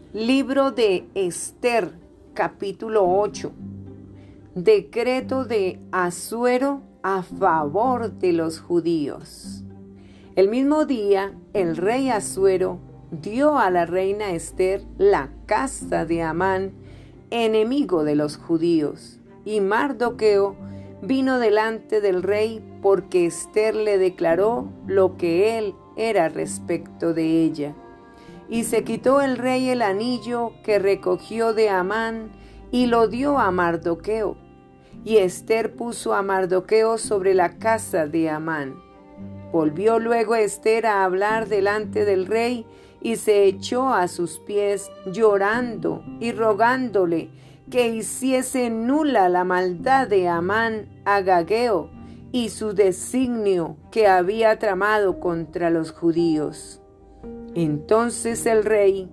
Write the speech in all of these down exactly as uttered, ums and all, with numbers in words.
Libro de Ester, capítulo ocho. Decreto de Asuero a favor de los judíos. El mismo día, el rey Asuero dio a la reina Ester la casa de Amán, enemigo de los judíos, y Mardoqueo vino delante del rey porque Ester le declaró lo que él era respecto de ella. Y se quitó el rey el anillo que recogió de Amán y lo dio a Mardoqueo. Y Ester puso a Mardoqueo sobre la casa de Amán. Volvió luego Ester a hablar delante del rey y se echó a sus pies llorando y rogándole que hiciese nula la maldad de Amán Agageo y su designio que había tramado contra los judíos. Entonces el rey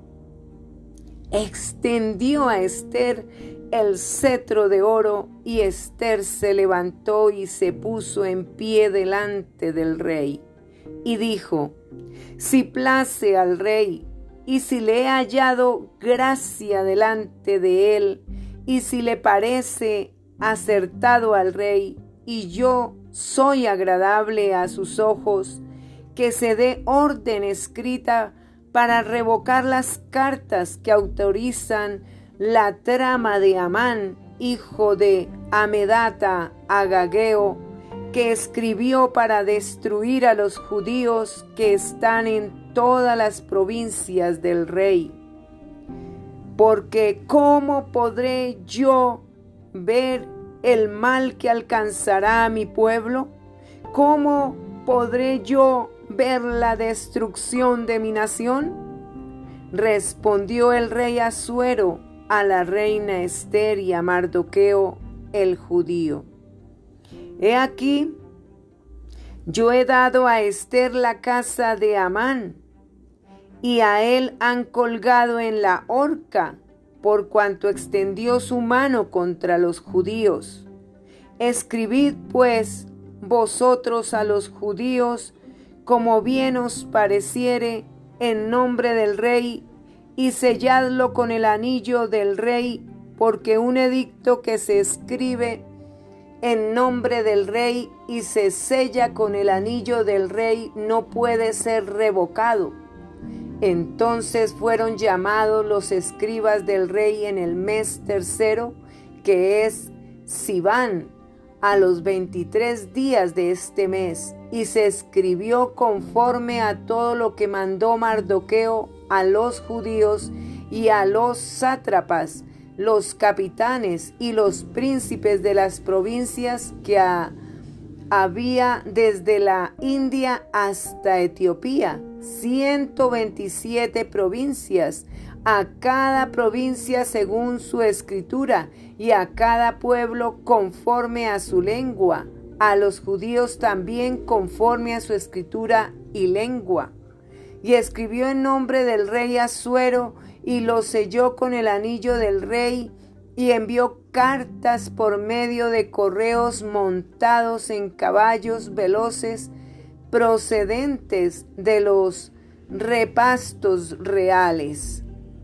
extendió a Ester el cetro de oro y Ester se levantó y se puso en pie delante del rey y dijo: si place al rey y si le he hallado gracia delante de él y si le parece acertado al rey y yo soy agradable a sus ojos, que se dé orden escrita para revocar las cartas que autorizan la trama de Amán, hijo de Amedata Agageo, que escribió para destruir a los judíos que están en todas las provincias del rey. Porque ¿cómo podré yo ver el mal que alcanzará a mi pueblo? ¿Cómo podré yo ver la destrucción de mi nación? Respondió el rey Asuero a la reina Ester y a Mardoqueo el judío: he aquí, yo he dado a Ester la casa de Amán, y a él han colgado en la horca, por cuanto extendió su mano contra los judíos. Escribid pues vosotros a los judíos como bien os pareciere, en nombre del rey, y selladlo con el anillo del rey, porque un edicto que se escribe en nombre del rey y se sella con el anillo del rey no puede ser revocado. Entonces fueron llamados los escribas del rey en el mes tercero, que es Siván, a los veintitrés días de este mes, y se escribió conforme a todo lo que mandó Mardoqueo a los judíos y a los sátrapas, los capitanes y los príncipes de las provincias que a, había desde la India hasta Etiopía, ciento veintisiete provincias, a cada provincia según su escritura, y a cada pueblo conforme a su lengua, a los judíos también conforme a su escritura y lengua. Y escribió en nombre del rey Asuero, y lo selló con el anillo del rey, y envió cartas por medio de correos montados en caballos veloces, procedentes de los repastos reales,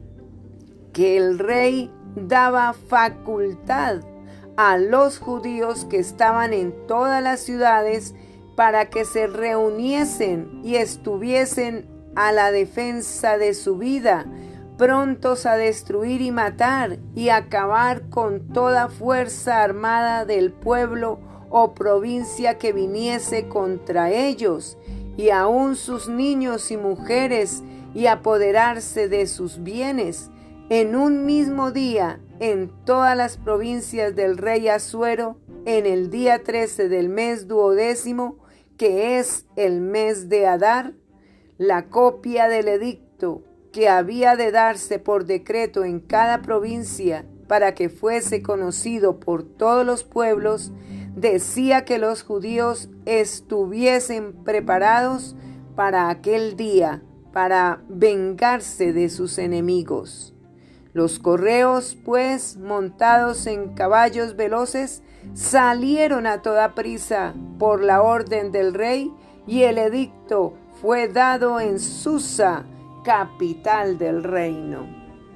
que el rey daba facultad a los judíos que estaban en todas las ciudades para que se reuniesen y estuviesen a la defensa de su vida, prontos a destruir y matar y acabar con toda fuerza armada del pueblo o provincia que viniese contra ellos, y aun sus niños y mujeres, y apoderarse de sus bienes, en un mismo día, en todas las provincias del rey Asuero, en el día trece del mes duodécimo, que es el mes de Adar, la copia del edicto que había de darse por decreto en cada provincia para que fuese conocido por todos los pueblos, decía que los judíos estuviesen preparados para aquel día, para vengarse de sus enemigos. Los correos, pues, montados en caballos veloces, salieron a toda prisa por la orden del rey, y el edicto fue dado en Susa, capital del reino.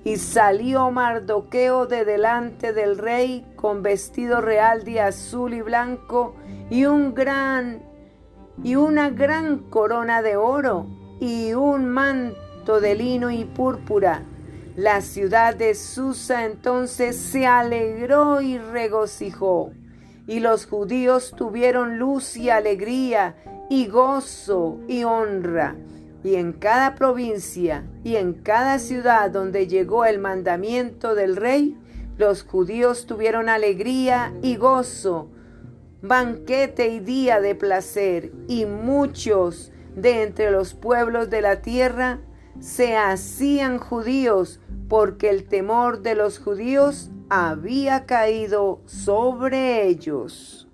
Y salió Mardoqueo de delante del rey con vestido real de azul y blanco y un gran y una gran corona de oro y un manto de lino y púrpura. La ciudad de Susa entonces se alegró y regocijó, y los judíos tuvieron luz y alegría y gozo y honra. Y en cada provincia y en cada ciudad donde llegó el mandamiento del rey, los judíos tuvieron alegría y gozo, banquete y día de placer, y muchos de entre los pueblos de la tierra se hacían judíos, porque el temor de los judíos había caído sobre ellos.